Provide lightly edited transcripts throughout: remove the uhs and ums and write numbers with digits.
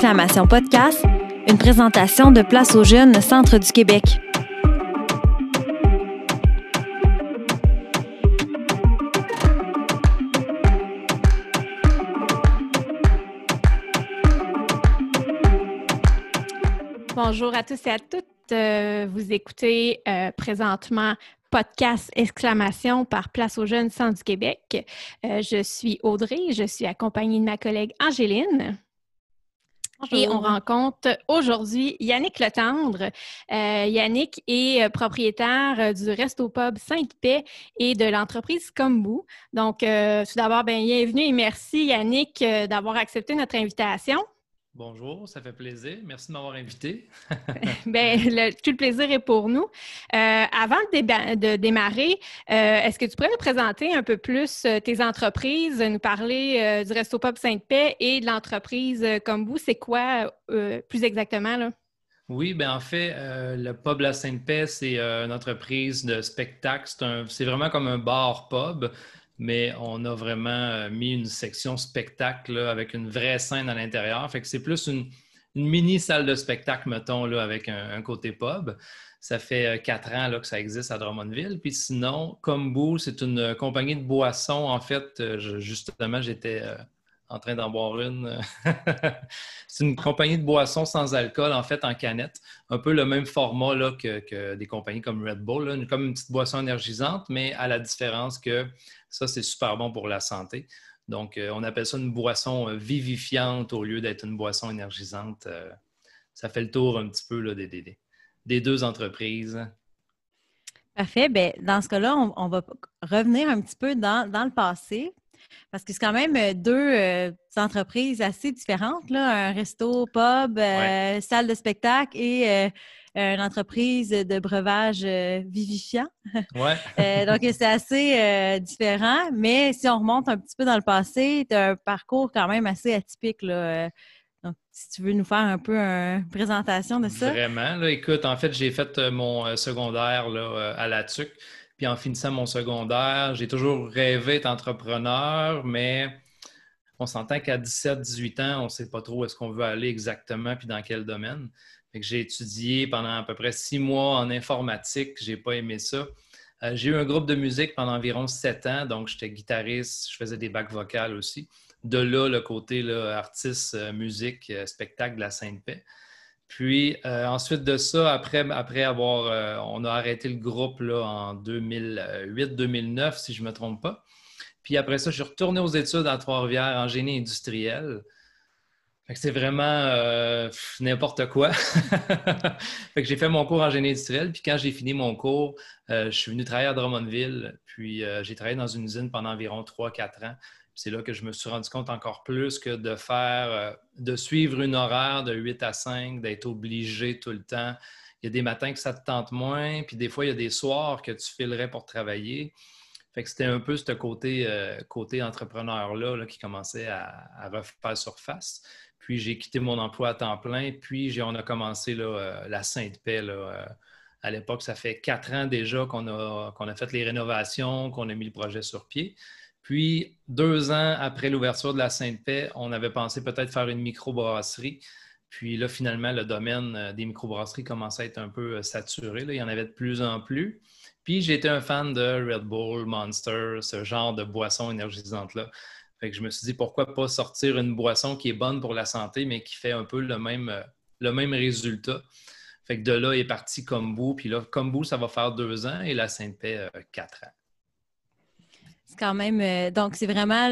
Exclamation Podcast, une présentation de Place aux Jeunes, Centre du Québec. Bonjour à tous et à toutes. Vous écoutez présentement Podcast Exclamation par Place aux Jeunes Centre du Québec. Je suis Audrey, je suis accompagnée de ma collègue Angéline. Bonjour. Et on rencontre aujourd'hui Yannick Letendre. Yannick est propriétaire du Resto Pub Sainte-Paix et de l'entreprise Kombu. Donc, tout d'abord, bienvenue et merci Yannick d'avoir accepté notre invitation. Bonjour, ça fait plaisir. Merci de m'avoir invité. Tout le plaisir est pour nous. Avant de démarrer, est-ce que tu pourrais nous présenter un peu plus tes entreprises, nous parler du Resto Pub Sainte-Paix et de l'entreprise Kombu? C'est quoi plus exactement, là? Oui, en fait, le Pub La Sainte-Paix, c'est une entreprise de spectacle. C'est vraiment comme un bar-pub. Mais on a vraiment mis une section spectacle là, avec une vraie scène à l'intérieur. Fait que c'est plus une mini salle de spectacle, mettons, là, avec un côté pub. Ça fait 4 ans là, que ça existe à Drummondville. Puis sinon, Kombu, c'est une compagnie de boissons. En fait, justement, j'étais en train d'en boire une. C'est une compagnie de boissons sans alcool, en fait, en canette. Un peu le même format là, que des compagnies comme Red Bull, là, comme une petite boisson énergisante, mais à la différence que ça, c'est super bon pour la santé. Donc, on appelle ça une boisson vivifiante au lieu d'être une boisson énergisante. Ça fait le tour un petit peu là, des deux entreprises. Parfait. Bien, dans ce cas-là, on va revenir un petit peu dans le passé. Parce que c'est quand même deux entreprises assez différentes, là. Un resto, pub, salle de spectacle et une entreprise de breuvage vivifiant. Ouais. Donc, c'est assez différent. Mais si on remonte un petit peu dans le passé, tu as un parcours quand même assez atypique, là. Donc, si tu veux nous faire un peu une présentation de ça. Vraiment. Là, écoute, en fait, j'ai fait mon secondaire là, à la TUC. Puis en finissant mon secondaire, j'ai toujours rêvé d'être entrepreneur, mais on s'entend qu'à 17-18 ans, on ne sait pas trop où est-ce qu'on veut aller exactement puis dans quel domaine. Fait que j'ai étudié pendant à peu près 6 mois en informatique. Je n'ai pas aimé ça. J'ai eu un groupe de musique pendant environ 7 ans, donc j'étais guitariste, je faisais des bacs vocales aussi. De là, le côté là, artiste, musique, spectacle de la Sainte-Paix. Puis ensuite de ça, après avoir, on a arrêté le groupe là, en 2008-2009, si je ne me trompe pas. Puis après ça, je suis retourné aux études à Trois-Rivières en génie industriel. Fait que c'est vraiment n'importe quoi. Fait que j'ai fait mon cours en génie industriel. Puis quand j'ai fini mon cours, je suis venu travailler à Drummondville. Puis j'ai travaillé dans une usine pendant environ 3-4 ans. C'est là que je me suis rendu compte encore plus que de suivre une horaire de 8 à 5, d'être obligé tout le temps. Il y a des matins que ça te tente moins, puis des fois, il y a des soirs que tu filerais pour travailler. Fait que c'était un peu ce côté entrepreneur-là là, qui commençait à refaire surface. Puis j'ai quitté mon emploi à temps plein, puis on a commencé là, la Sainte-Paix. Là, à l'époque, ça fait 4 ans déjà qu'on a fait les rénovations, qu'on a mis le projet sur pied. Puis, 2 ans après l'ouverture de la Sainte-Paix, on avait pensé peut-être faire une microbrasserie. Puis là, finalement, le domaine des microbrasseries commençait à être un peu saturé. Là. Il y en avait de plus en plus. Puis, j'étais un fan de Red Bull, Monster, ce genre de boisson énergisante-là. Fait que je me suis dit, pourquoi pas sortir une boisson qui est bonne pour la santé, mais qui fait un peu le même résultat. Fait que de là est parti Kombu. Puis là, Kombu, ça va faire 2 ans et la Sainte-Paix, 4 ans. C'est quand même... donc, c'est vraiment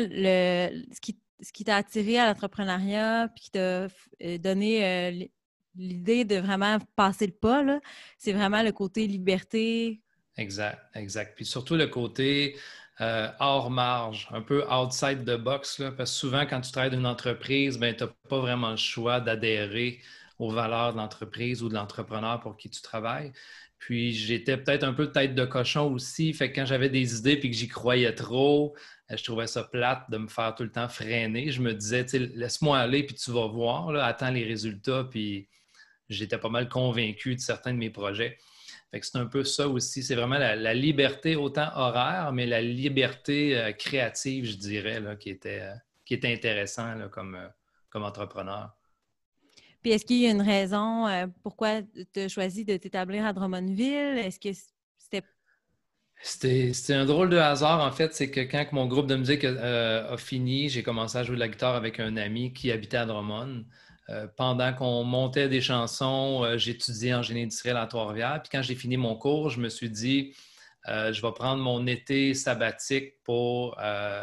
ce qui t'a attiré à l'entrepreneuriat puis qui t'a donné l'idée de vraiment passer le pas, là. C'est vraiment le côté liberté. Exact. Puis surtout le côté hors marge, un peu outside the box, là, parce que souvent, quand tu travailles dans une entreprise, tu n'as pas vraiment le choix d'adhérer aux valeurs de l'entreprise ou de l'entrepreneur pour qui tu travailles. Puis j'étais peut-être un peu tête de cochon aussi, fait que quand j'avais des idées puis que j'y croyais trop, je trouvais ça plate de me faire tout le temps freiner. Je me disais, laisse-moi aller puis tu vas voir, là, attends les résultats. Puis j'étais pas mal convaincu de certains de mes projets. Fait que c'est un peu ça aussi. C'est vraiment la liberté autant horaire, mais la liberté créative, je dirais, là, qui était intéressant là, comme entrepreneur. Puis est-ce qu'il y a une raison pourquoi tu as choisi de t'établir à Drummondville? Est-ce que c'était... C'était un drôle de hasard, en fait. C'est que quand mon groupe de musique a fini, j'ai commencé à jouer de la guitare avec un ami qui habitait à Drummond. Pendant qu'on montait des chansons, j'étudiais en génie industriel à Trois-Rivières. Puis quand j'ai fini mon cours, je me suis dit, je vais prendre mon été sabbatique pour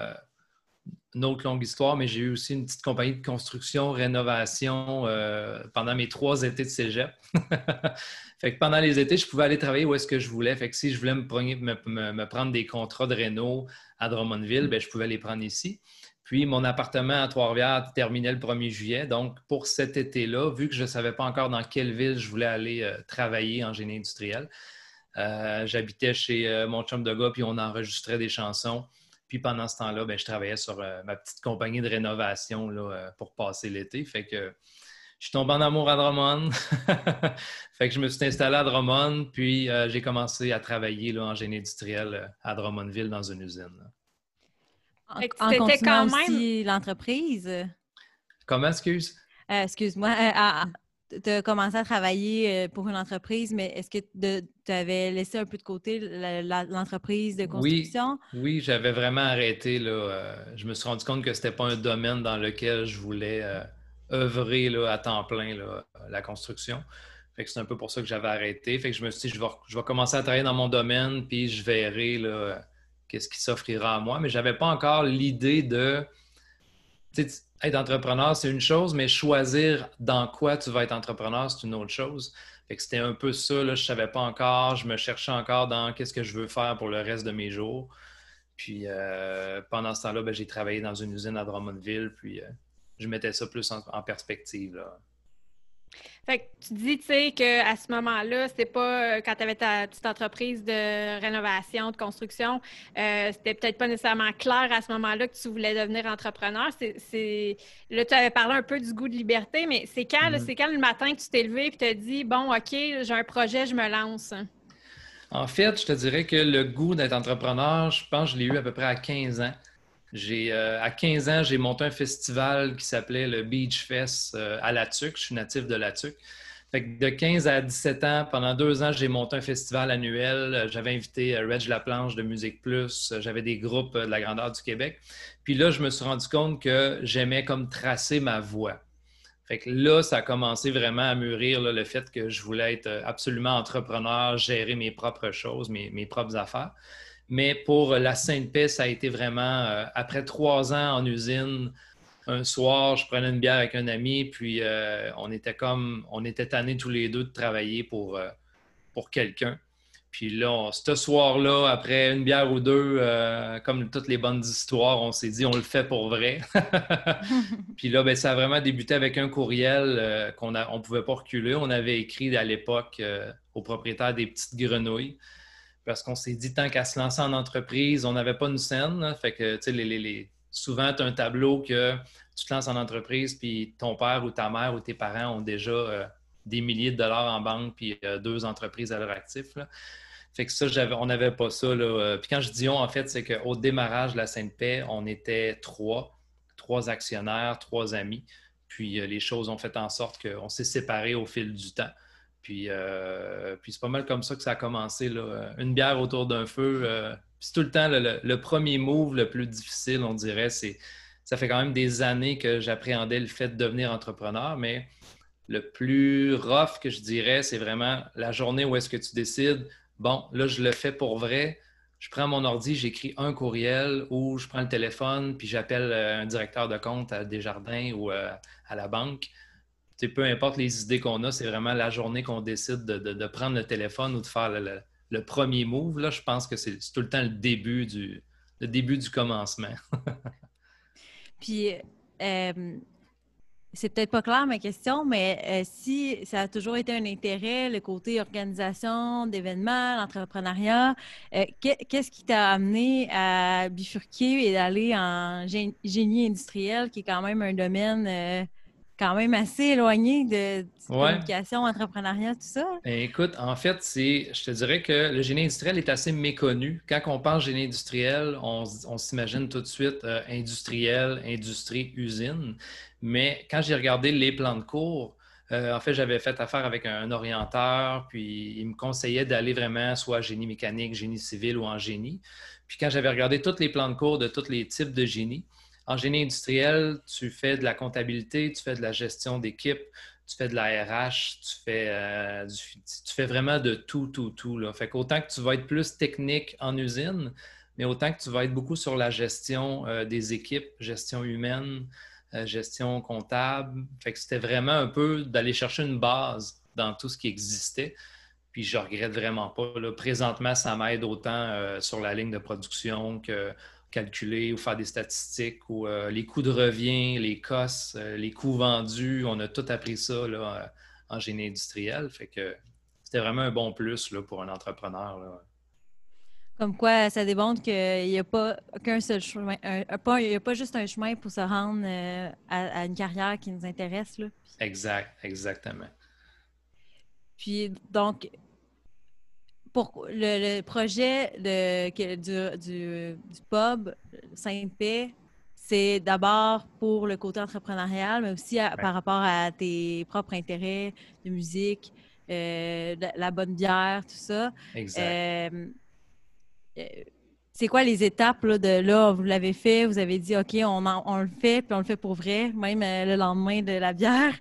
une autre longue histoire, mais j'ai eu aussi une petite compagnie de construction, rénovation pendant mes 3 étés de cégep. Fait que pendant les étés, je pouvais aller travailler où est-ce que je voulais. Fait que si je voulais me prendre des contrats de réno à Drummondville, bien, je pouvais les prendre ici. Puis, mon appartement à Trois-Rivières terminait le 1er juillet. Donc, pour cet été-là, vu que je ne savais pas encore dans quelle ville je voulais aller travailler en génie industriel, j'habitais chez mon chum de gars, puis on enregistrait des chansons. Puis, pendant ce temps-là, bien, je travaillais sur ma petite compagnie de rénovation là, pour passer l'été. Fait que je suis tombé en amour à Drummond. Fait que je me suis installé à Drummond, puis j'ai commencé à travailler là, en génie industriel à Drummondville dans une usine. En continuant aussi l'entreprise. Comment, excuse? Excuse-moi. Tu as commencé à travailler pour une entreprise, mais est-ce que tu avais laissé un peu de côté l'entreprise de construction? Oui, j'avais vraiment arrêté. Là, je me suis rendu compte que c'était pas un domaine dans lequel je voulais œuvrer là, à temps plein, là, la construction. Fait que c'est un peu pour ça que j'avais arrêté. Fait que je me suis dit, je vais commencer à travailler dans mon domaine, puis je verrai là, qu'est-ce qui s'offrira à moi. Mais je n'avais pas encore l'idée de... Être entrepreneur, c'est une chose, mais choisir dans quoi tu vas être entrepreneur, c'est une autre chose. Fait que c'était un peu ça, là, je ne savais pas encore, je me cherchais encore dans qu'est-ce que je veux faire pour le reste de mes jours. Puis pendant ce temps-là, j'ai travaillé dans une usine à Drummondville, puis je mettais ça plus en perspective, là. Fait que tu dis, tu sais, qu'à ce moment-là, c'était pas quand tu avais ta petite entreprise de rénovation, de construction, c'était peut-être pas nécessairement clair à ce moment-là que tu voulais devenir entrepreneur. Là, tu avais parlé un peu du goût de liberté, mais c'est quand le matin que tu t'es levé et tu t'as dit, bon, OK, j'ai un projet, je me lance? En fait, je te dirais que le goût d'être entrepreneur, je pense que je l'ai eu à peu près à 15 ans. À 15 ans, j'ai monté un festival qui s'appelait le Beach Fest à La Tuque. Je suis natif de La Tuque. Fait que de 15 à 17 ans, pendant 2 ans, j'ai monté un festival annuel. J'avais invité Reg Laplanche de Musique Plus. J'avais des groupes de la grandeur du Québec. Puis là, je me suis rendu compte que j'aimais comme tracer ma voie. Fait que là, ça a commencé vraiment à mûrir là, le fait que je voulais être absolument entrepreneur, gérer mes propres choses, mes propres affaires. Mais pour la Sainte-Paix, ça a été vraiment, après 3 ans en usine, un soir, je prenais une bière avec un ami, puis on était tannés tous les deux de travailler pour quelqu'un. Puis là, ce soir-là, après une bière ou deux, comme toutes les bonnes histoires, on s'est dit, on le fait pour vrai. Puis là, ça a vraiment débuté avec un courriel qu'on ne pouvait pas reculer. On avait écrit à l'époque au propriétaire des Petites Grenouilles, parce qu'on s'est dit, tant qu'à se lancer en entreprise, on n'avait pas une scène. Là, fait que, tu sais, souvent, tu as un tableau que tu te lances en entreprise, puis ton père ou ta mère ou tes parents ont déjà des milliers de dollars en banque, puis 2 entreprises à leur actif. Là. Fait que ça, on n'avait pas ça. Là. Puis quand je dis on, en fait, c'est qu'au démarrage de la Sainte-Paix, on était 3 actionnaires, 3 amis. Puis les choses ont fait en sorte qu'on s'est séparés au fil du temps. Puis c'est pas mal comme ça que ça a commencé. Là. Une bière autour d'un feu. C'est tout le temps le premier move le plus difficile, on dirait. Ça fait quand même des années que j'appréhendais le fait de devenir entrepreneur, mais le plus rough que je dirais, c'est vraiment la journée où est-ce que tu décides, bon, là, je le fais pour vrai. Je prends mon ordi, j'écris un courriel ou je prends le téléphone puis j'appelle un directeur de compte à Desjardins ou à la banque. Peu importe les idées qu'on a, c'est vraiment la journée qu'on décide de prendre le téléphone ou de faire le premier move. Là, je pense que c'est tout le temps le début du commencement. Puis, c'est peut-être pas clair ma question, mais si ça a toujours été un intérêt, le côté organisation d'événements, l'entrepreneuriat, qu'est-ce qui t'a amené à bifurquer et d'aller en génie industriel, qui est quand même un domaine quand même assez éloigné de communication, entrepreneuriat, tout ça? Écoute, en fait, je te dirais que le génie industriel est assez méconnu. Quand on parle génie industriel, on s'imagine tout de suite industriel, industrie, usine. Mais quand j'ai regardé les plans de cours, En fait, j'avais fait affaire avec un orienteur, puis il me conseillait d'aller vraiment soit génie mécanique, génie civil ou en génie. Puis quand j'avais regardé tous les plans de cours de tous les types de génie, en génie industriel, tu fais de la comptabilité, tu fais de la gestion d'équipe, tu fais de la RH, tu fais vraiment de tout, là. Fait qu'autant que tu vas être plus technique en usine, mais autant que tu vas être beaucoup sur la gestion des équipes, gestion humaine, gestion comptable. Fait que c'était vraiment un peu d'aller chercher une base dans tout ce qui existait. Puis je regrette vraiment pas, là. Présentement, ça m'aide autant sur la ligne de production que calculer ou faire des statistiques ou les coûts de revient, les COS, les coûts vendus. On a tout appris ça là, en génie industriel. Fait que c'était vraiment un bon plus là, pour un entrepreneur, là. Comme quoi, ça démontre qu'il n'y a pas qu'un seul chemin, il n'y a pas juste un chemin pour se rendre à une carrière qui nous intéresse, là. Exactement. Puis, donc, pour le projet du pub Sainte-Paix, c'est d'abord pour le côté entrepreneurial, mais aussi par rapport à tes propres intérêts de musique, la bonne bière, tout ça. Exact. C'est quoi les étapes là, de là, vous l'avez fait, vous avez dit OK, on le fait, puis on le fait pour vrai, même le lendemain de la bière.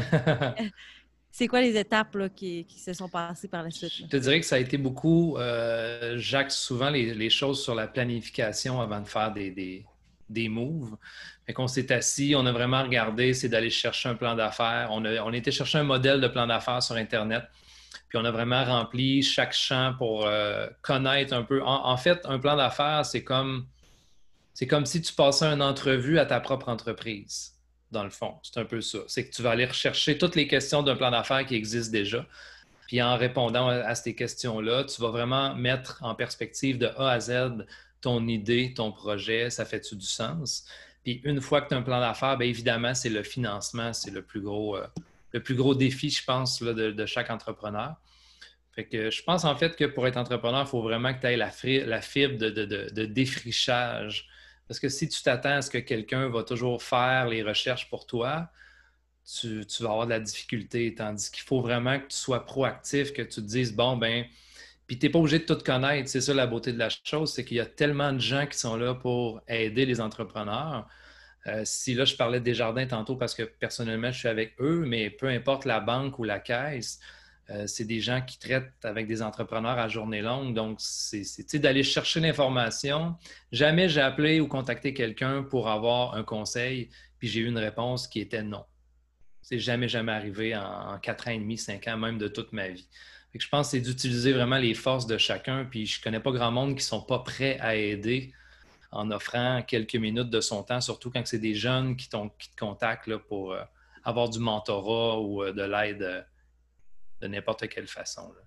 C'est quoi les étapes là, qui se sont passées par la suite, là? Je te dirais que ça a été beaucoup, j'axe souvent les choses sur la planification avant de faire des moves. Fait qu'on s'est assis, on a vraiment regardé, c'est d'aller chercher un plan d'affaires. On a été chercher un modèle de plan d'affaires sur Internet. Puis on a vraiment rempli chaque champ pour connaître un peu. En fait, un plan d'affaires, c'est comme si tu passais une entrevue à ta propre entreprise, dans le fond. C'est un peu ça. C'est que tu vas aller rechercher toutes les questions d'un plan d'affaires qui existe déjà. Puis en répondant à ces questions-là, tu vas vraiment mettre en perspective de A à Z ton idée, ton projet, ça fait-tu du sens? Puis une fois que tu as un plan d'affaires, bien évidemment, c'est le financement, c'est le plus gros défi, je pense, là, de chaque entrepreneur. Fait que je pense en fait que pour être entrepreneur, il faut vraiment que tu aies la fibre de défrichage. Parce que si tu t'attends à ce que quelqu'un va toujours faire les recherches pour toi, tu vas avoir de la difficulté. Tandis qu'il faut vraiment que tu sois proactif, que tu te dises, bon, ben, puis tu n'es pas obligé de tout connaître. C'est ça la beauté de la chose, c'est qu'il y a tellement de gens qui sont là pour aider les entrepreneurs. Si là, je parlais de Desjardins tantôt parce que personnellement, je suis avec eux, mais peu importe la banque ou la caisse, c'est des gens qui traitent avec des entrepreneurs à journée longue. Donc, c'est d'aller chercher l'information. Jamais j'ai appelé ou contacté quelqu'un pour avoir un conseil, puis j'ai eu une réponse qui était non. C'est jamais arrivé en 4 ans et demi, 5 ans, même de toute ma vie. Fait que je pense que c'est d'utiliser vraiment les forces de chacun. Puis je ne connais pas grand monde qui ne sont pas prêts à aider en offrant quelques minutes de son temps, surtout quand c'est des jeunes qui te contactent là, pour avoir du mentorat ou de l'aide de n'importe quelle façon, là.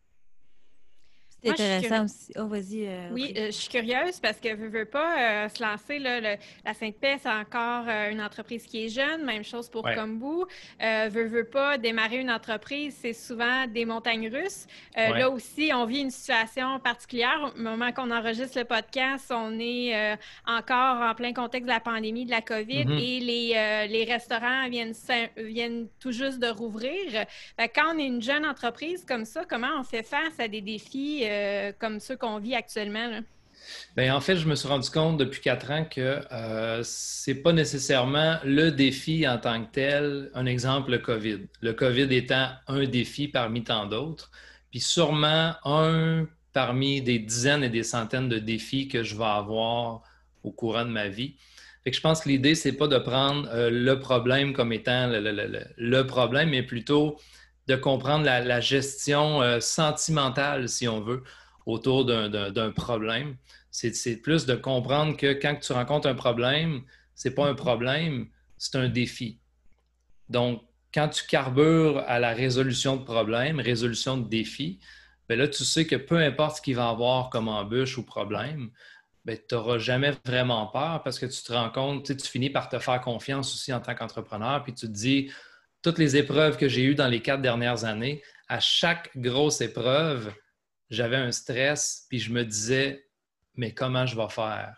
C'est intéressant aussi. Oh, vas-y. Oui, je suis curieuse parce que veux pas se lancer, là, la Sainte-Paix, c'est encore une entreprise qui est jeune, même chose pour Kombu. Veux pas démarrer une entreprise, c'est souvent des montagnes russes. Là aussi, on vit une situation particulière. Au moment qu'on enregistre le podcast, on est encore en plein contexte de la pandémie, de la COVID, et les restaurants viennent tout juste de rouvrir. Quand on est une jeune entreprise comme ça, comment on fait face à des défis comme ceux qu'on vit actuellement, là? Bien, en fait, je me suis rendu compte depuis 4 ans que c'est pas nécessairement le défi en tant que tel. Un exemple, le COVID. Le COVID étant un défi parmi tant d'autres, puis sûrement un parmi des dizaines et des centaines de défis que je vais avoir au courant de ma vie. Fait que je pense que l'idée, c'est pas de prendre le problème comme étant le problème, mais plutôt de comprendre la gestion sentimentale, si on veut, autour d'un problème. C'est plus de comprendre que quand tu rencontres un problème, c'est pas un problème, c'est un défi. Donc, quand tu carbures à la résolution de problèmes, résolution de défis, bien là, tu sais que peu importe ce qu'il va y avoir comme embûche ou problème, bien, tu n'auras jamais vraiment peur parce que tu te rends compte, tu finis par te faire confiance aussi en tant qu'entrepreneur, puis tu te dis, toutes les épreuves que j'ai eues dans les 4 dernières années, à chaque grosse épreuve, j'avais un stress, puis je me disais, mais comment je vais faire?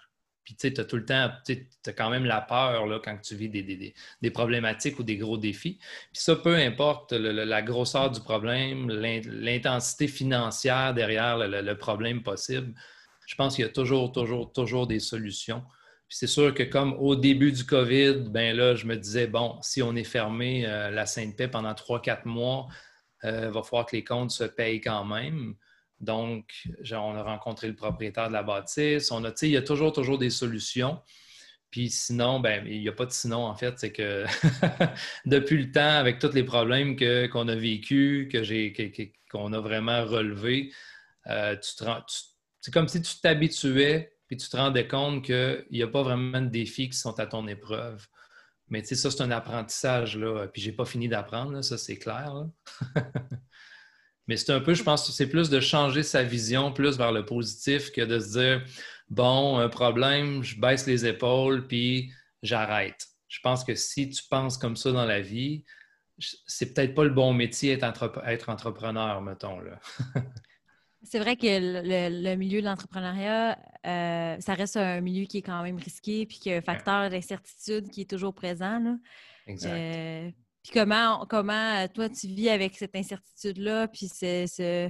Puis, tu sais, tu as tout le temps, tu as quand même la peur là, quand tu vis des problématiques ou des gros défis. Puis ça, peu importe la grosseur du problème, l'intensité financière derrière le problème possible, je pense qu'il y a toujours des solutions. Puis c'est sûr que comme au début du COVID, ben là, je me disais, bon, si on est fermé la Sainte-Paix pendant 3-4 mois, il va falloir que les comptes se payent quand même. Donc, on a rencontré le propriétaire de la bâtisse. Il y a toujours des solutions. Puis sinon, ben, il n'y a pas de sinon, en fait. C'est que depuis le temps, avec tous les problèmes qu'on a vécus, qu'on a vraiment relevés, c'est comme si tu t'habituais puis tu te rendais compte qu'il n'y a pas vraiment de défis qui sont à ton épreuve. Mais tu sais, ça, c'est un apprentissage, là. Puis j'ai pas fini d'apprendre, là, ça, c'est clair, là. Mais c'est un peu, je pense, c'est plus de changer sa vision plus vers le positif que de se dire, bon, un problème, je baisse les épaules, puis j'arrête. Je pense que si tu penses comme ça dans la vie, c'est peut-être pas le bon métier être entrepreneur, mettons, là. C'est vrai que le milieu de l'entrepreneuriat, ça reste un milieu qui est quand même risqué, puis qu'il y a un facteur d'incertitude qui est toujours présent, là. Exact. Puis comment toi, tu vis avec cette incertitude-là, puis le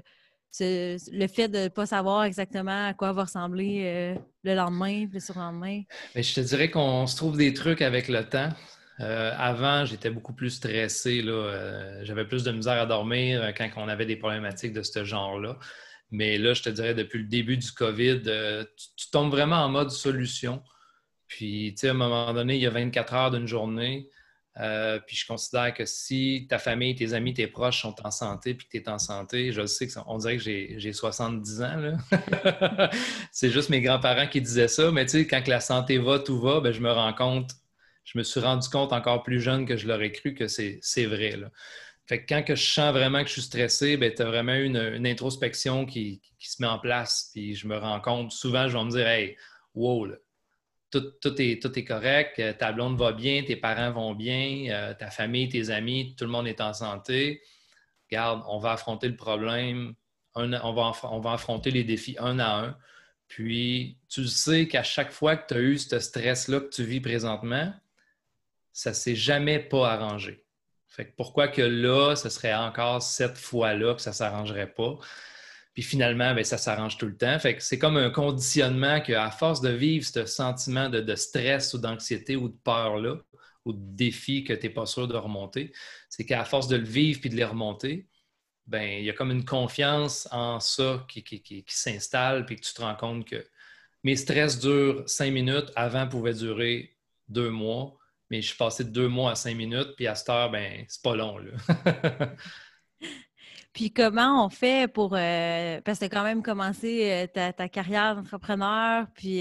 fait de ne pas savoir exactement à quoi va ressembler le lendemain, puis le surlendemain? Bien, je te dirais qu'on se trouve des trucs avec le temps. Avant, j'étais beaucoup plus stressé, là. J'avais plus de misère à dormir quand on avait des problématiques de ce genre-là. Mais là, je te dirais, depuis le début du COVID, tu tombes vraiment en mode solution. Puis, tu sais, à un moment donné, il y a 24 heures d'une journée. Puis, je considère que si ta famille, tes amis, tes proches sont en santé puis que tu es en santé, je sais qu'on dirait que j'ai 70 ans, là. C'est juste mes grands-parents qui disaient ça. Mais tu sais, quand la santé va, tout va, bien, je me suis rendu compte encore plus jeune que je l'aurais cru que c'est vrai, là. Fait que quand que je sens vraiment que je suis stressé, ben, tu as vraiment une introspection qui se met en place. Puis je me rends compte, souvent, je vais me dire, hey, wow, là, tout est correct, ta blonde va bien, tes parents vont bien, ta famille, tes amis, tout le monde est en santé. Regarde, on va affronter le problème, on va affronter les défis un à un. Puis tu le sais qu'à chaque fois que tu as eu ce stress-là que tu vis présentement, ça ne s'est jamais pas arrangé. Fait que pourquoi que là, ce serait encore cette fois-là que ça ne s'arrangerait pas? Puis finalement, bien, ça s'arrange tout le temps. Fait que c'est comme un conditionnement qu'à force de vivre ce sentiment de stress ou d'anxiété ou de peur-là, ou de défi que tu n'es pas sûr de remonter, c'est qu'à force de le vivre puis de les remonter, ben il y a comme une confiance en ça qui s'installe puis que tu te rends compte que mes stress durent 5 minutes, avant pouvaient durer 2 mois. Mais je suis passé de 2 mois à 5 minutes, puis à cette heure, ben c'est pas long, là. Puis comment on fait pour... parce que tu as quand même commencé ta carrière d'entrepreneur, puis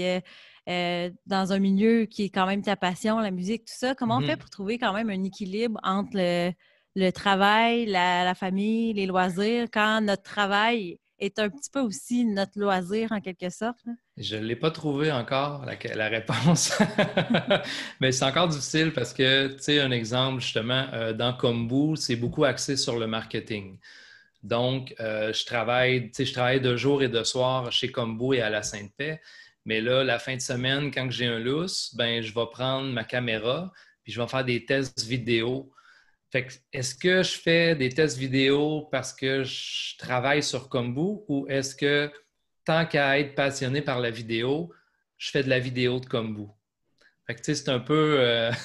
dans un milieu qui est quand même ta passion, la musique, tout ça. Comment on fait pour trouver quand même un équilibre entre le travail, la famille, les loisirs, quand notre travail est un petit peu aussi notre loisir en quelque sorte, là? Je ne l'ai pas trouvé encore, la réponse. Mais c'est encore difficile parce que, tu sais, un exemple, justement, dans Kombu, c'est beaucoup axé sur le marketing. Donc, je travaille de jour et de soir chez Kombu et à la Sainte-Paix. Mais là, la fin de semaine, quand j'ai un lousse, ben, je vais prendre ma caméra puis je vais faire des tests vidéo. Fait que, est-ce que je fais des tests vidéo parce que je travaille sur Kombu ou est-ce que tant qu'à être passionné par la vidéo, je fais de la vidéo de Kombu? Fait que, tu sais, c'est un peu...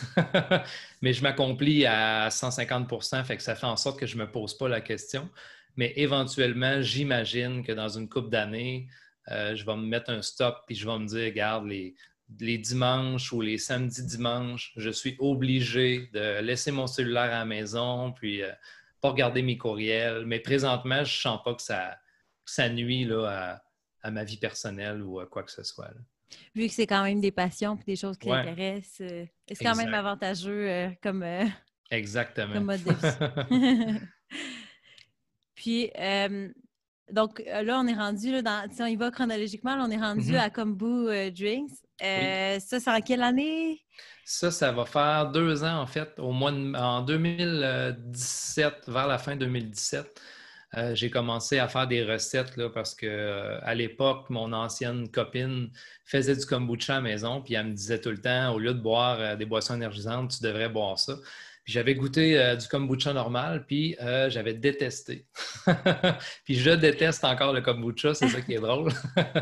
mais je m'accomplis à 150 %, fait que ça fait en sorte que je ne me pose pas la question. Mais éventuellement, j'imagine que dans une couple d'années, je vais me mettre un stop puis je vais me dire, regarde, les dimanches ou les samedis dimanches, je suis obligé de laisser mon cellulaire à la maison puis pas regarder mes courriels. Mais présentement, je ne sens pas que ça nuit là, à ma vie personnelle ou à quoi que ce soit, là. Vu que c'est quand même des passions et des choses qui intéressent, c'est quand même avantageux comme Exactement. mode de vie. Puis, donc là, on est rendu, là, si on y va chronologiquement, là, on est rendu à Kombu Drinks. Ça, c'est en quelle année? Ça va faire 2 ans, en fait, en 2017, vers la fin 2017. J'ai commencé à faire des recettes là, parce que à l'époque, mon ancienne copine faisait du kombucha à la maison, puis elle me disait tout le temps, au lieu de boire des boissons énergisantes, tu devrais boire ça. Puis j'avais goûté du kombucha normal, puis j'avais détesté. Puis je déteste encore le kombucha, c'est ça qui est drôle.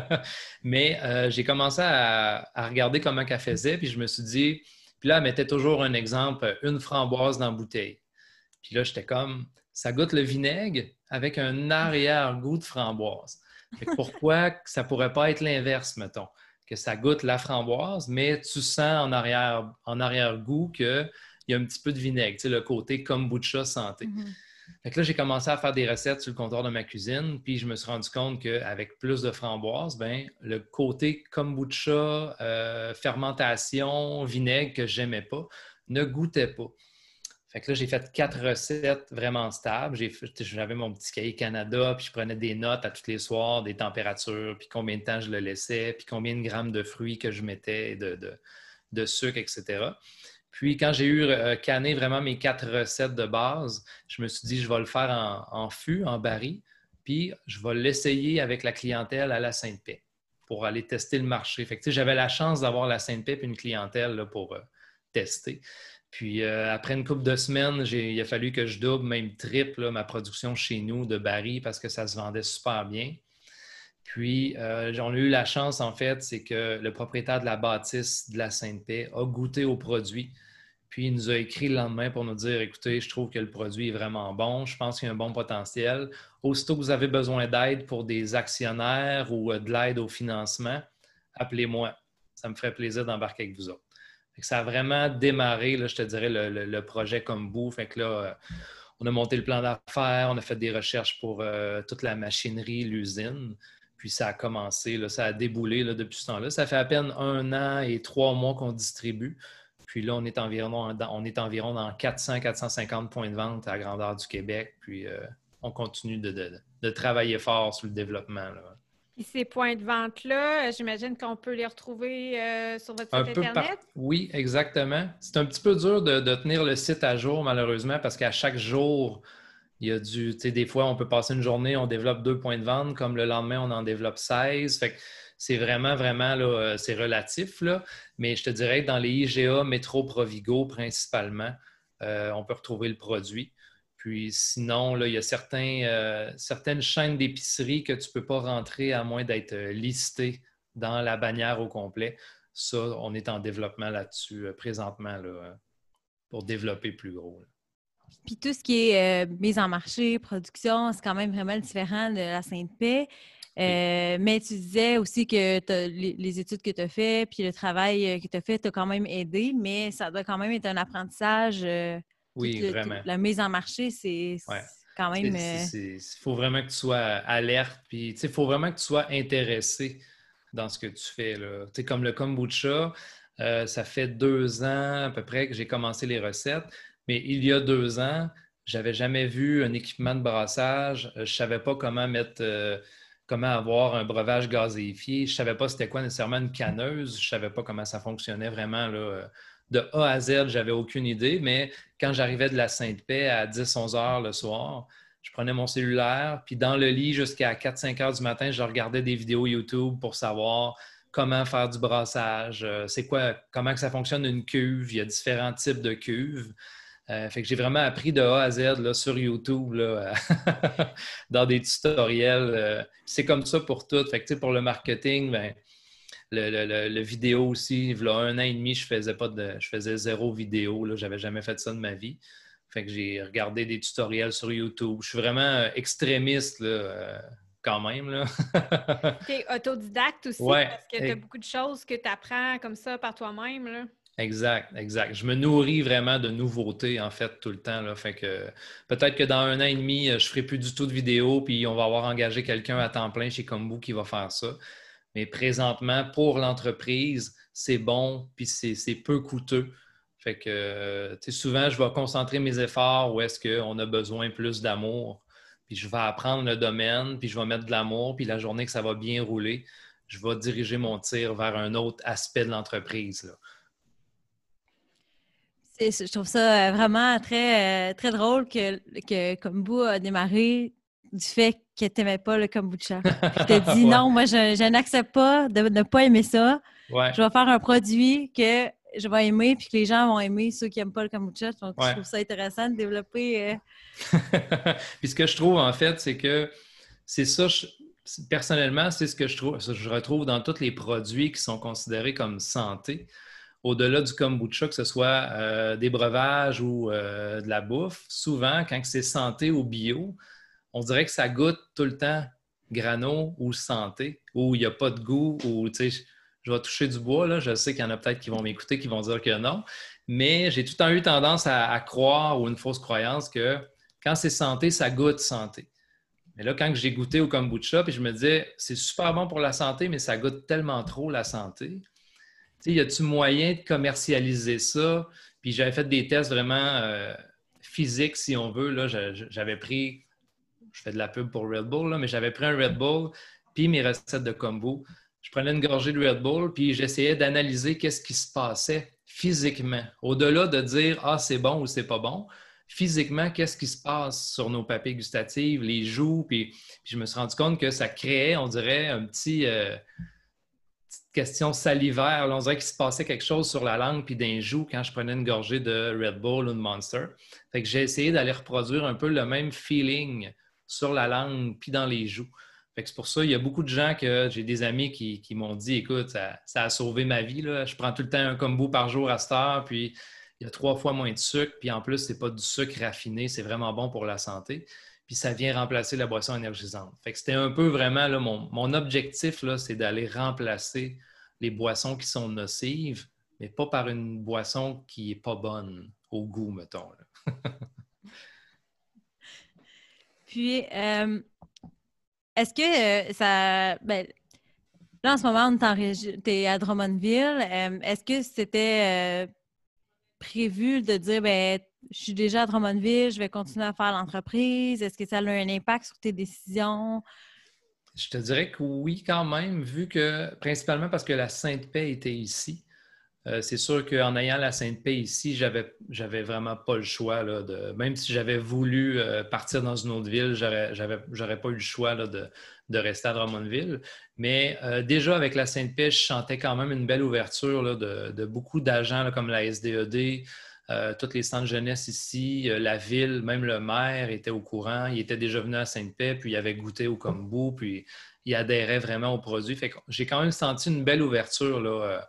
Mais j'ai commencé à regarder comment elle faisait, puis je me suis dit, puis là, elle mettait toujours un exemple, une framboise dans la bouteille. Puis là, j'étais comme, ça goûte le vinaigre avec un arrière-goût de framboise. Fait que pourquoi ça pourrait pas être l'inverse, mettons? Que ça goûte la framboise, mais tu sens en arrière-goût qu'il y a un petit peu de vinaigre, tu sais, le côté kombucha santé. Mhm. Fait que là, j'ai commencé à faire des recettes sur le comptoir de ma cuisine, puis je me suis rendu compte qu'avec plus de framboises, ben, le côté kombucha, fermentation, vinaigre que j'aimais pas, ne goûtait pas. Fait que là, j'ai fait 4 recettes vraiment stables. J'avais mon petit cahier Canada, puis je prenais des notes à tous les soirs, des températures, puis combien de temps je le laissais, puis combien de grammes de fruits que je mettais, de sucre, etc. Puis quand j'ai eu canné vraiment mes 4 recettes de base, je me suis dit, je vais le faire en fût, en baril, puis je vais l'essayer avec la clientèle à la Sainte-Paix pour aller tester le marché. Fait que, tu sais, j'avais la chance d'avoir la Sainte-Paix et une clientèle là, pour tester. Puis après une couple de semaines, il a fallu que je double, même triple là, ma production chez nous de baril parce que ça se vendait super bien. Puis on a eu la chance, en fait, c'est que le propriétaire de la bâtisse de la Sainte-Paix a goûté au produit. Puis il nous a écrit le lendemain pour nous dire, écoutez, je trouve que le produit est vraiment bon, je pense qu'il y a un bon potentiel. Aussitôt que vous avez besoin d'aide pour des actionnaires ou de l'aide au financement, appelez-moi. Ça me ferait plaisir d'embarquer avec vous autres. Fait que ça a vraiment démarré, là, je te dirais, le projet Kombu. Fait que là, on a monté le plan d'affaires, on a fait des recherches pour toute la machinerie, l'usine. Puis ça a commencé, là, ça a déboulé là, depuis ce temps-là. Ça fait à peine 1 an et 3 mois qu'on distribue. Puis là, on est environ dans 400-450 points de vente à la grandeur du Québec. Puis on continue de travailler fort sur le développement, là. Puis ces points de vente-là, j'imagine qu'on peut les retrouver sur votre site Internet? Oui, exactement. C'est un petit peu dur de tenir le site à jour, malheureusement, parce qu'à chaque jour, il y a tu sais, des fois, on peut passer une journée, on développe 2 points de vente, comme le lendemain, on en développe 16. Fait que c'est vraiment, vraiment, là, c'est relatif, là. Mais je te dirais que dans les IGA, Métro, Provigo, principalement, on peut retrouver le produit. Puis sinon, là, il y a certaines chaînes d'épicerie que tu ne peux pas rentrer à moins d'être listé dans la bannière au complet. Ça, on est en développement là-dessus présentement là, pour développer plus gros, là. Puis tout ce qui est mise en marché, production, c'est quand même vraiment différent de la Sainte-Paix. Oui. Mais tu disais aussi que les études que tu as faites, puis le travail que tu as fait t'a quand même aidé, mais ça doit quand même être un apprentissage. Oui, vraiment. La mise en marché, c'est Ouais. quand même. Il faut vraiment que tu sois alerte, puis il faut vraiment que tu sois intéressé dans ce que tu fais, là. Tu sais, comme le kombucha, ça fait 2 ans à peu près que j'ai commencé les recettes, mais il y a 2 ans, j'avais jamais vu un équipement de brassage. Je savais pas comment avoir un breuvage gazéifié. Je savais pas c'était quoi nécessairement une canneuse. Je savais pas comment ça fonctionnait vraiment, là. De A à Z, j'avais aucune idée, mais quand j'arrivais de la Sainte-Paix à 10-11 heures le soir, je prenais mon cellulaire, puis dans le lit jusqu'à 4-5 heures du matin, je regardais des vidéos YouTube pour savoir comment faire du brassage, comment que ça fonctionne une cuve. Il y a différents types de cuves. Fait que j'ai vraiment appris de A à Z là, sur YouTube, là, dans des tutoriels. C'est comme ça pour tout. Fait que, pour le marketing, ben, le vidéo aussi, il y a 1 an et demi, je faisais 0 vidéo. Je n'avais jamais fait ça de ma vie. Fait que j'ai regardé des tutoriels sur YouTube. Je suis vraiment extrémiste là, quand même, là. Tu es autodidacte aussi Ouais, parce que tu as beaucoup de choses que tu apprends comme ça par toi-même, là. exact, exact. Je me nourris vraiment de nouveautés, en fait, tout le temps, là. Fait que peut-être que dans 1 an et demi, je ne ferai plus du tout de vidéos, puis on va avoir engagé quelqu'un à temps plein chez Kombu qui va faire ça. Mais présentement, pour l'entreprise, c'est bon, puis c'est peu coûteux. Fait que, tu sais, souvent, je vais concentrer mes efforts où est-ce qu'on a besoin plus d'amour. Puis je vais apprendre le domaine, puis je vais mettre de l'amour, puis la journée que ça va bien rouler, je vais diriger mon tir vers un autre aspect de l'entreprise, là. Je trouve ça vraiment très, très drôle que Kombu a démarré du fait que tu n'aimais pas le kombucha. Puis tu as dit non, moi, je n'accepte pas de ne pas aimer ça. Ouais. Je vais faire un produit que je vais aimer puis que les gens vont aimer, ceux qui n'aiment pas le kombucha. Donc, je trouve ça intéressant de développer. Puis ce que je trouve, en fait, c'est que c'est ça, personnellement, c'est ce que je retrouve dans tous les produits qui sont considérés comme santé. Au-delà du kombucha, que ce soit des breuvages ou de la bouffe, souvent, quand c'est santé ou bio, on dirait que ça goûte tout le temps grano ou santé, ou il n'y a pas de goût, ou tu sais, je vais toucher du bois, là. Je sais qu'il y en a peut-être qui vont m'écouter, qui vont dire que non, mais j'ai tout le temps eu tendance à croire ou une fausse croyance que quand c'est santé, ça goûte santé. Mais là, quand j'ai goûté au kombucha, puis je me disais, c'est super bon pour la santé, mais ça goûte tellement trop la santé. Tu sais, y a-t-il moyen de commercialiser ça? Puis j'avais fait des tests vraiment physiques, si on veut. Là, j'avais pris, je fais de la pub pour Red Bull, là, mais j'avais pris un Red Bull, puis mes recettes de kombu. Je prenais une gorgée de Red Bull, puis j'essayais d'analyser qu'est-ce qui se passait physiquement. Au-delà de dire, ah, c'est bon ou c'est pas bon, physiquement, qu'est-ce qui se passe sur nos papilles gustatives, les joues, puis je me suis rendu compte que ça créait, on dirait, un petit... petite question salivaire. Là, on dirait qu'il se passait quelque chose sur la langue puis d'un joue quand je prenais une gorgée de Red Bull ou de Monster. Fait que j'ai essayé d'aller reproduire un peu le même feeling sur la langue puis dans les joues. Fait que c'est pour ça, il y a beaucoup de gens que j'ai des amis qui m'ont dit, écoute, ça a sauvé ma vie, là. Je prends tout le temps un kombu par jour à cette heure, puis il y a 3 fois moins de sucre, puis en plus, c'est pas du sucre raffiné, c'est vraiment bon pour la santé. Puis ça vient remplacer la boisson énergisante. Fait que c'était un peu vraiment, là, mon objectif, là, c'est d'aller remplacer les boissons qui sont nocives, mais pas par une boisson qui n'est pas bonne au goût, mettons. Là. Puis, est-ce que ça... Ben, là, en ce moment, tu es à Drummondville. Est-ce que c'était prévu de dire, ben, je suis déjà à Drummondville, je vais continuer à faire l'entreprise? Est-ce que ça a un impact sur tes décisions? Je te dirais que oui, quand même, vu que, principalement parce que la Sainte-Paix était ici. C'est sûr qu'en ayant la Sainte-Paix ici, j'avais vraiment pas le choix. Là, même si j'avais voulu partir dans une autre ville, j'aurais pas eu le choix là, de rester à Drummondville. Mais déjà, avec la Sainte-Paix, je sentais quand même une belle ouverture là, de beaucoup d'agents là, comme la SDED, tous les centres jeunesse ici, la ville, même le maire était au courant. Il était déjà venu à Sainte-Paix, puis il avait goûté au kombu, puis il adhérait vraiment au produit. Fait que j'ai quand même senti une belle ouverture là,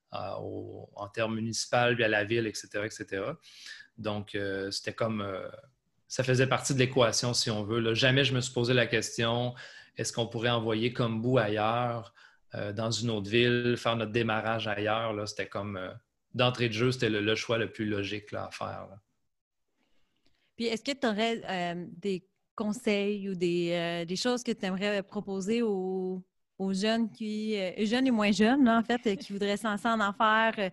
en termes municipaux, puis à la ville, etc., etc. Donc, c'était comme... ça faisait partie de l'équation, si on veut. Là. Jamais je me suis posé la question, est-ce qu'on pourrait envoyer kombu ailleurs, dans une autre ville, faire notre démarrage ailleurs? Là. C'était comme... d'entrée de jeu, c'était le choix le plus logique là, à faire. Là. Puis, est-ce que tu aurais des conseils ou des choses que tu aimerais proposer aux jeunes jeunes et moins jeunes, là, en fait, qui voudraient se lancer en affaires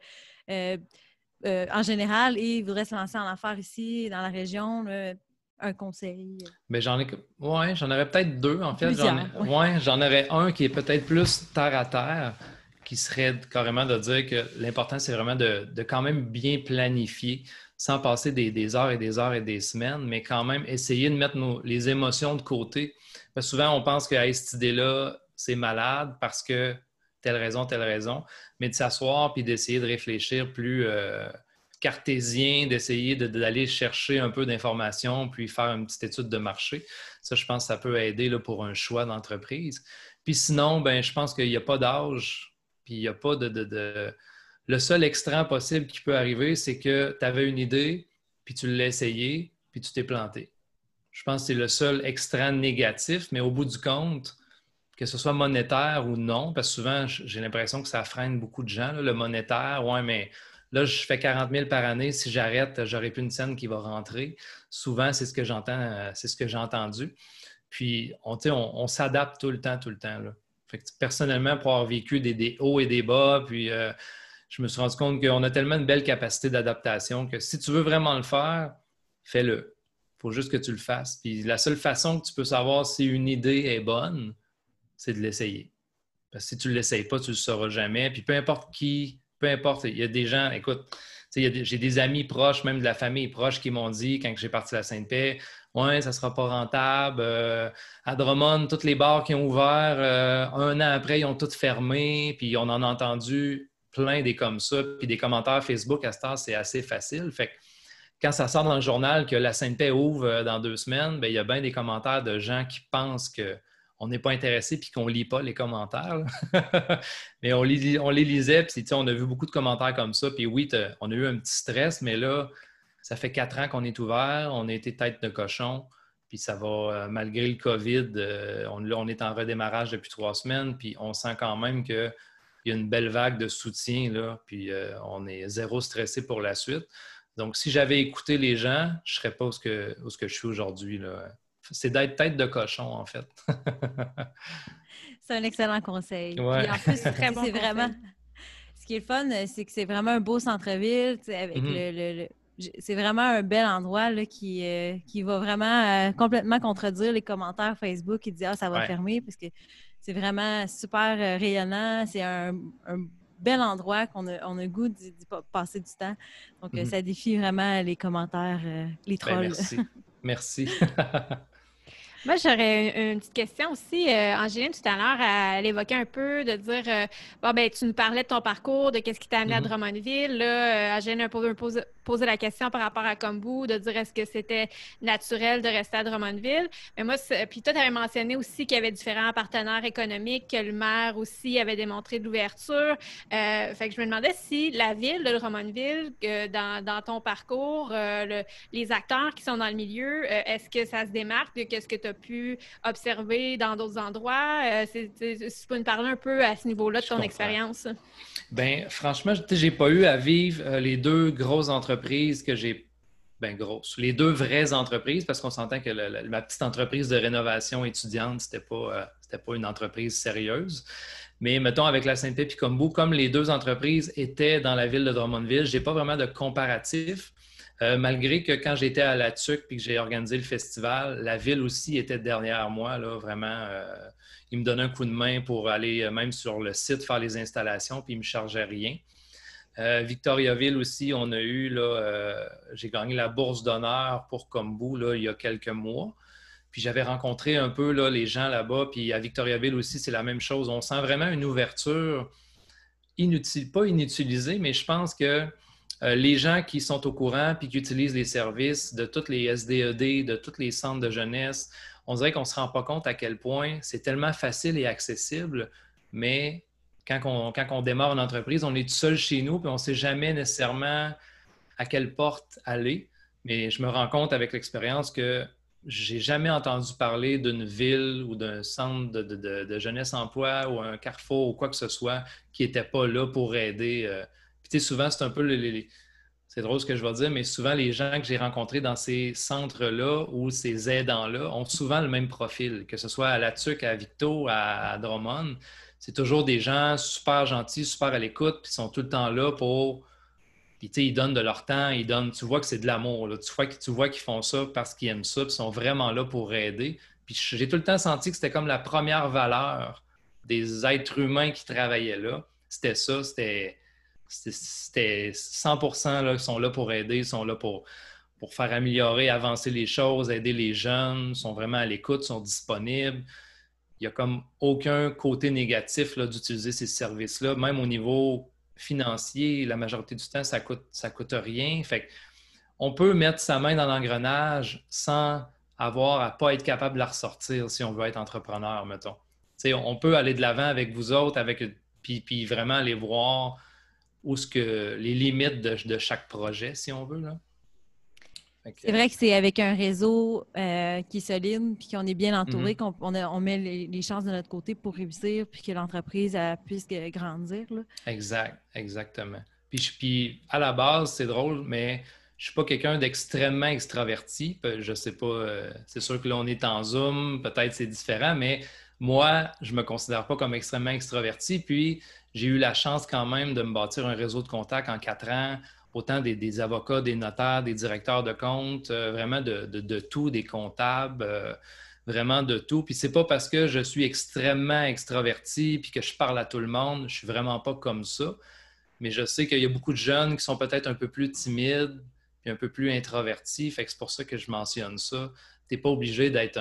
en général et voudraient se lancer en affaires ici, dans la région, là, un conseil? Bien, j'en aurais peut-être 2, en fait. J'en aurais un qui est peut-être plus terre à terre, qui serait carrément de dire que l'important, c'est vraiment de quand même bien planifier, sans passer des heures et des heures et des semaines, mais quand même essayer de mettre les émotions de côté. Parce que souvent, on pense que hey, cette idée-là, c'est malade parce que telle raison, mais de s'asseoir puis d'essayer de réfléchir plus cartésien, d'essayer d'aller chercher un peu d'informations puis faire une petite étude de marché. Ça, je pense que ça peut aider là, pour un choix d'entreprise. Puis sinon, ben, je pense qu'il n'y a pas d'âge, puis il n'y a pas de... Le seul extrême possible qui peut arriver, c'est que tu avais une idée, puis tu l'as essayé, puis tu t'es planté. Je pense que c'est le seul extrême négatif, mais au bout du compte, que ce soit monétaire ou non, parce que souvent, j'ai l'impression que ça freine beaucoup de gens, là, le monétaire. Ouais, mais là, je fais 40 000 par année. Si j'arrête, j'aurai plus une scène qui va rentrer. Souvent, c'est ce que j'entends, c'est ce que j'ai entendu. Puis, on s'adapte tout le temps, là. Fait que, personnellement, pour avoir vécu des hauts et des bas, puis je me suis rendu compte qu'on a tellement une belle capacité d'adaptation que si tu veux vraiment le faire, fais-le. Il faut juste que tu le fasses. Puis la seule façon que tu peux savoir si une idée est bonne, c'est de l'essayer. Parce que si tu ne l'essayes pas, tu ne le sauras jamais. Puis peu importe qui, peu importe, il y a des gens, écoute, J'ai des amis proches, même de la famille proche, qui m'ont dit, quand j'ai parti à la Sainte-Paix, « Ouais, ça ne sera pas rentable. À Drummond, tous les bars qui ont ouvert, un an après, ils ont tous fermé. » Puis on en a entendu plein des comme ça. Puis des commentaires Facebook, à cette heure, c'est assez facile. Fait que quand ça sort dans le journal que la Sainte-Paix ouvre dans 2 semaines, bien, il y a bien des commentaires de gens qui pensent qu'on n'est pas intéressé puis qu'on ne lit pas les commentaires. Mais on les lisait, puis on a vu beaucoup de commentaires comme ça. Puis oui, on a eu un petit stress, mais là, ça fait 4 ans qu'on est ouvert, on a été tête de cochon, puis ça va, malgré le COVID, on est en redémarrage depuis 3 semaines, puis on sent quand même qu'il y a une belle vague de soutien, là, puis on est zéro stressé pour la suite. Donc, si j'avais écouté les gens, je ne serais pas où je suis aujourd'hui, là. C'est d'être tête de cochon, en fait. C'est un excellent conseil. Ouais. Puis en plus, Très bon c'est vraiment... Ce qui est le fun, c'est que c'est vraiment un beau centre-ville, avec c'est vraiment un bel endroit là, qui va vraiment complètement contredire les commentaires Facebook qui disent « Ah, ça va fermer » parce que c'est vraiment super rayonnant. C'est un bel endroit qu'on a le goût d'y passer du temps. Donc, ça défie vraiment les commentaires, les trolls. Ben, merci. Moi, j'aurais une petite question aussi. Angéline, tout à l'heure, elle évoquait un peu de dire bon, ben, tu nous parlais de ton parcours, de qu'est-ce qui t'a amené à Drummondville. Là, Angéline a posé la question par rapport à Kombu, de dire est-ce que c'était naturel de rester à Drummondville. Mais moi, puis toi, tu avais mentionné aussi qu'il y avait différents partenaires économiques, que le maire aussi avait démontré de l'ouverture. Fait que je me demandais si la ville de Drummondville, dans ton parcours, les acteurs qui sont dans le milieu, est-ce que ça se démarque de ce que tu as pu observer dans d'autres endroits? Si tu peux nous parler un peu à ce niveau-là de ton expérience. Bien, franchement, j'ai pas eu à vivre les 2 grosses entreprises que j'ai. Bien, grosses. Les 2 vraies entreprises, parce qu'on s'entend que ma petite entreprise de rénovation étudiante, c'était pas une entreprise sérieuse. Mais mettons, avec la Sainte-Paix et Kombu, comme les 2 entreprises étaient dans la ville de Drummondville, je n'ai pas vraiment de comparatif. Malgré que quand j'étais à la TUC et que j'ai organisé le festival, la ville aussi était derrière moi, là, vraiment. Il me donnait un coup de main pour aller même sur le site faire les installations, puis il ne me chargeait rien. Victoriaville aussi, on a eu, là, j'ai gagné la bourse d'honneur pour Kombu là, il y a quelques mois. Puis j'avais rencontré un peu là, les gens là-bas, puis à Victoriaville aussi, c'est la même chose. On sent vraiment une ouverture pas inutilisée, mais je pense que les gens qui sont au courant puis qui utilisent les services de tous les SDED, de tous les centres de jeunesse, on dirait qu'on ne se rend pas compte à quel point c'est tellement facile et accessible, mais quand on démarre une entreprise, on est tout seul chez nous puis on ne sait jamais nécessairement à quelle porte aller. Mais je me rends compte avec l'expérience que j'ai jamais entendu parler d'une ville ou d'un centre de jeunesse emploi ou un carrefour ou quoi que ce soit qui n'était pas là pour aider. Puis tu sais, souvent, c'est un peu c'est drôle ce que je vais dire, mais souvent, les gens que j'ai rencontrés dans ces centres-là ou ces aidants-là ont souvent le même profil, que ce soit à la TUC, à Victo, à Drummond. C'est toujours des gens super gentils, super à l'écoute, puis ils sont tout le temps là pour... Puis, tu sais, ils donnent de leur temps, tu vois que c'est de l'amour, là. Tu vois qu'ils font ça parce qu'ils aiment ça, puis ils sont vraiment là pour aider. Puis, j'ai tout le temps senti que c'était comme la première valeur des êtres humains qui travaillaient là. C'était ça, c'était 100% là, ils sont là pour aider, ils sont là pour faire améliorer, avancer les choses, aider les jeunes, ils sont vraiment à l'écoute, sont disponibles. Il n'y a comme aucun côté négatif là, d'utiliser ces services-là, même au niveau financier, la majorité du temps, ça coûte rien. Fait on peut mettre sa main dans l'engrenage sans avoir à ne pas être capable de la ressortir si on veut être entrepreneur, mettons. T'sais, on peut aller de l'avant avec vous autres, puis vraiment aller voir où ce que les limites de chaque projet, si on veut. Là. C'est vrai que c'est avec un réseau qui est solide puis qu'on est bien entouré qu'on met les chances de notre côté pour réussir puis que l'entreprise puisse grandir. Là. Exactement. Puis à la base, c'est drôle, mais je ne suis pas quelqu'un d'extrêmement extraverti. Je ne sais pas, c'est sûr que là, on est en Zoom, peut-être c'est différent, mais moi, je ne me considère pas comme extrêmement extraverti. Puis j'ai eu la chance quand même de me bâtir un réseau de contacts en 4 ans. Autant des avocats, des notaires, des directeurs de compte, vraiment de tout, des comptables, vraiment de tout. Puis c'est pas parce que je suis extrêmement extraverti puis que je parle à tout le monde, je suis vraiment pas comme ça. Mais je sais qu'il y a beaucoup de jeunes qui sont peut-être un peu plus timides puis un peu plus introvertis. Fait que c'est pour ça que je mentionne ça. Tu n'es pas obligé d'être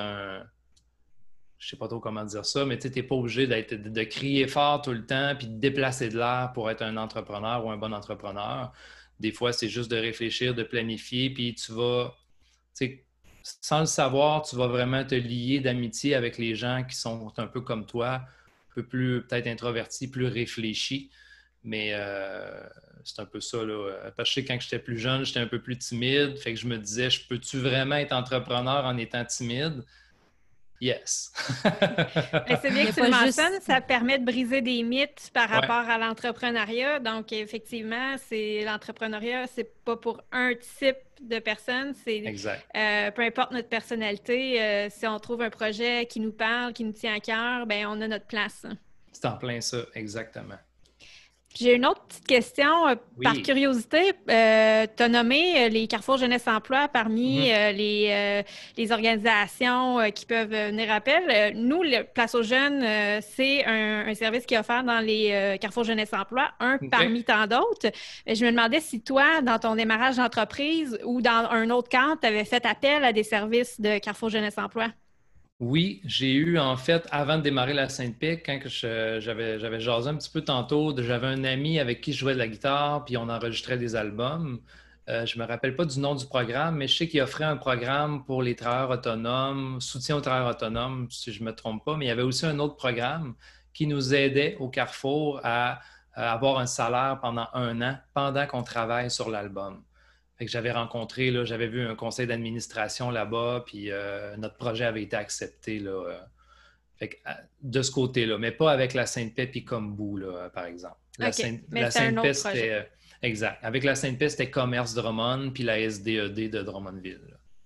je sais pas trop comment dire ça, mais tu n'es pas obligé de crier fort tout le temps puis de déplacer de l'air pour être un entrepreneur ou un bon entrepreneur. Des fois, c'est juste de réfléchir, de planifier, puis tu vas, tu sais, sans le savoir, tu vas vraiment te lier d'amitié avec les gens qui sont un peu comme toi, un peu plus peut-être introvertis, plus réfléchis. Mais c'est un peu ça, là. Parce que je sais, quand j'étais plus jeune, j'étais un peu plus timide. Fait que je me disais, peux-tu vraiment être entrepreneur en étant timide? Yes. C'est bien que tu le mentionnes, ça permet de briser des mythes par rapport à l'entrepreneuriat. Donc, effectivement, l'entrepreneuriat, c'est pas pour un type de personne. Exact. Peu importe notre personnalité, si on trouve un projet qui nous parle, qui nous tient à cœur, bien, on a notre place. C'est en plein ça, exactement. J'ai une autre petite question par curiosité. Tu as nommé les Carrefour Jeunesse Emploi parmi les organisations qui peuvent venir à appel. Nous, le Place aux Jeunes, c'est un service qui est offert dans les Carrefour Jeunesse Emploi, parmi tant d'autres. Je me demandais si toi, dans ton démarrage d'entreprise ou dans un autre cadre, tu avais fait appel à des services de Carrefour Jeunesse Emploi. Oui, j'ai eu, en fait, avant de démarrer la Sainte-Paix, quand j'avais jasé un petit peu tantôt, j'avais un ami avec qui je jouais de la guitare, puis on enregistrait des albums. Je me rappelle pas du nom du programme, mais je sais qu'il offrait un programme pour les travailleurs autonomes, soutien aux travailleurs autonomes, si je me trompe pas, mais il y avait aussi un autre programme qui nous aidait au Carrefour à avoir un salaire pendant 1 an, pendant qu'on travaille sur l'album. Fait que j'avais rencontré, là, j'avais vu un conseil d'administration là-bas, puis notre projet avait été accepté là, fait que, de ce côté-là, mais pas avec la Sainte-Paix puis Combou, là, par exemple. La Sainte-Paix, c'était... exact. Avec la Sainte-Paix, c'était Commerce Drummond puis la SDED de Drummondville.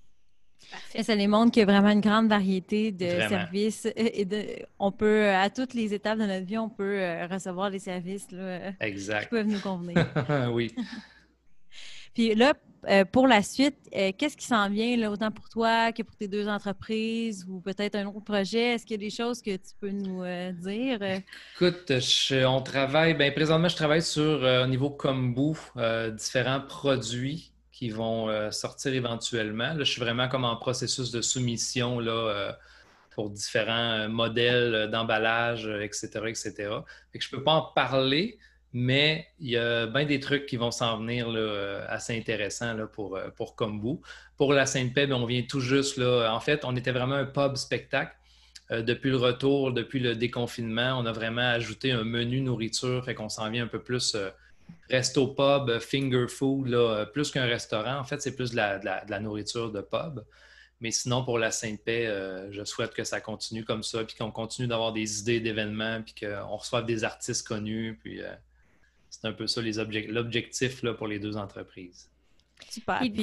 Et ça les montre qu'il y a vraiment une grande variété de services. On peut, à toutes les étapes de notre vie, on peut recevoir les services là, qui peuvent nous convenir. Oui. Puis là, pour la suite, qu'est-ce qui s'en vient, là, autant pour toi que pour tes 2 entreprises ou peut-être un autre projet? Est-ce qu'il y a des choses que tu peux nous dire? Écoute, on travaille, bien présentement, je travaille sur, au niveau Combou, différents produits qui vont sortir éventuellement. Là, je suis vraiment comme en processus de soumission là, pour différents modèles d'emballage, etc., etc. Fait que je ne peux pas en parler, mais il y a bien des trucs qui vont s'en venir là, assez intéressants là, pour Combou. Pour la Sainte-Paix, on vient tout juste, là, en fait, on était vraiment un pub spectacle. Depuis le retour, depuis le déconfinement, on a vraiment ajouté un menu nourriture, fait qu'on s'en vient un peu plus resto pub, finger food, là, plus qu'un restaurant. En fait, c'est plus de la nourriture de pub. Mais sinon, pour la Sainte-Paix, je souhaite que ça continue comme ça, puis qu'on continue d'avoir des idées d'événements, puis qu'on reçoive des artistes connus. Puis c'est un peu ça l'objectif là, pour les 2 entreprises. Super. Puis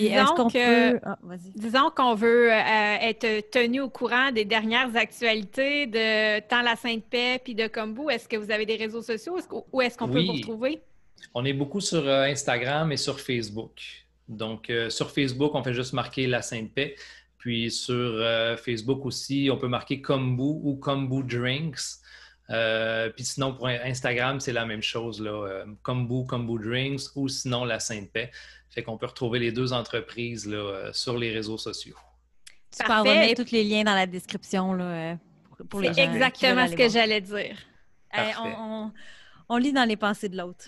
disons qu'on veut être tenu au courant des dernières actualités de tant la Sainte-Paix puis de Combou. Est-ce que vous avez des réseaux sociaux? Où est-ce qu'on peut vous retrouver? On est beaucoup sur Instagram et sur Facebook. Donc, sur Facebook, on fait juste marquer la Sainte-Paix. Puis sur Facebook aussi, on peut marquer Combou ou Combou Drinks. Puis sinon, pour Instagram, c'est la même chose, là, Combou Drinks ou sinon la Sainte-Paix. Fait qu'on peut retrouver les 2 entreprises là, sur les réseaux sociaux. Super, on va mettre tous les liens dans la description là, pour les gens. C'est exactement ce que j'allais dire. On lit dans les pensées de l'autre.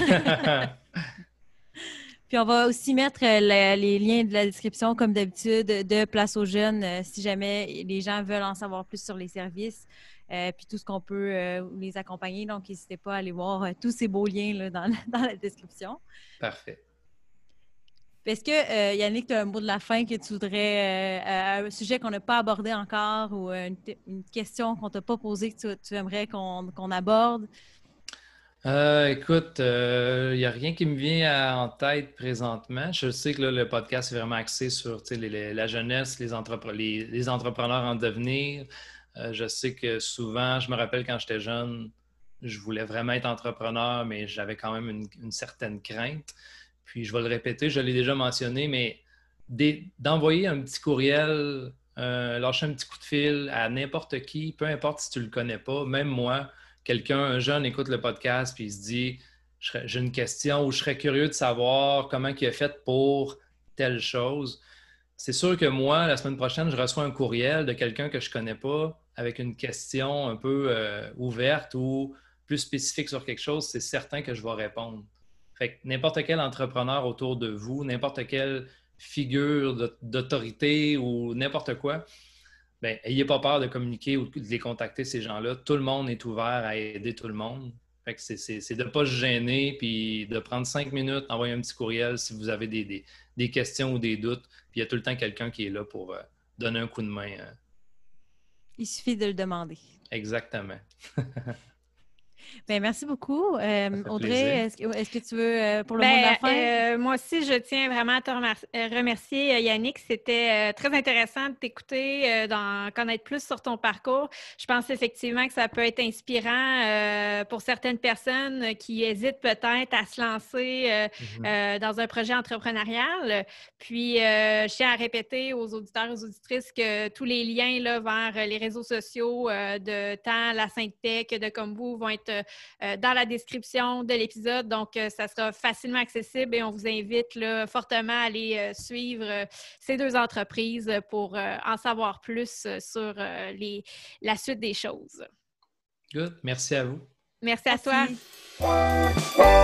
Puis on va aussi mettre les liens de la description, comme d'habitude, de Place aux Jeunes, si jamais les gens veulent en savoir plus sur les services, puis tout ce qu'on peut les accompagner. Donc, n'hésitez pas à aller voir tous ces beaux liens là, dans la description. Parfait. Est-ce que, Yannick, tu as un mot de la fin que tu voudrais, un sujet qu'on n'a pas abordé encore ou une question qu'on ne t'a pas posée que tu aimerais qu'on aborde? Écoute, il n'y a rien qui me vient en tête présentement. Je sais que là, le podcast est vraiment axé sur la jeunesse, les entrepreneurs en devenir. Je sais que souvent, je me rappelle quand j'étais jeune, je voulais vraiment être entrepreneur, mais j'avais quand même une certaine crainte. Puis je vais le répéter, je l'ai déjà mentionné, mais d'envoyer un petit courriel, lâcher un petit coup de fil à n'importe qui, peu importe si tu ne le connais pas, même moi. Un jeune écoute le podcast puis il se dit « j'ai une question ou je serais curieux de savoir comment il a fait pour telle chose. C'est sûr que moi, la semaine prochaine, je reçois un courriel de quelqu'un que je ne connais pas avec une question un peu ouverte ou plus spécifique sur quelque chose, c'est certain que je vais répondre. Fait que n'importe quel entrepreneur autour de vous, n'importe quelle figure d'autorité ou n'importe quoi, bien, ayez pas peur de communiquer ou de les contacter, ces gens-là. Tout le monde est ouvert à aider tout le monde. Fait que c'est de ne pas se gêner puis de prendre 5 minutes, envoyer un petit courriel si vous avez des questions ou des doutes. Puis il y a tout le temps quelqu'un qui est là pour donner un coup de main. Il suffit de le demander. Exactement. Bien, merci beaucoup. Audrey, est-ce que tu veux, pour le mot de la fin? Moi aussi, je tiens vraiment à te remercier, Yannick. C'était très intéressant de t'écouter, d'en connaître plus sur ton parcours. Je pense effectivement que ça peut être inspirant pour certaines personnes qui hésitent peut-être à se lancer dans un projet entrepreneurial. Puis, je tiens à répéter aux auditeurs et aux auditrices que tous les liens là, vers les réseaux sociaux de tant la Sainte-Paix que de Comme vous vont être dans la description de l'épisode. Donc, ça sera facilement accessible et on vous invite là, fortement à aller suivre ces deux entreprises pour en savoir plus sur la suite des choses. Good. Merci à vous. Merci à toi.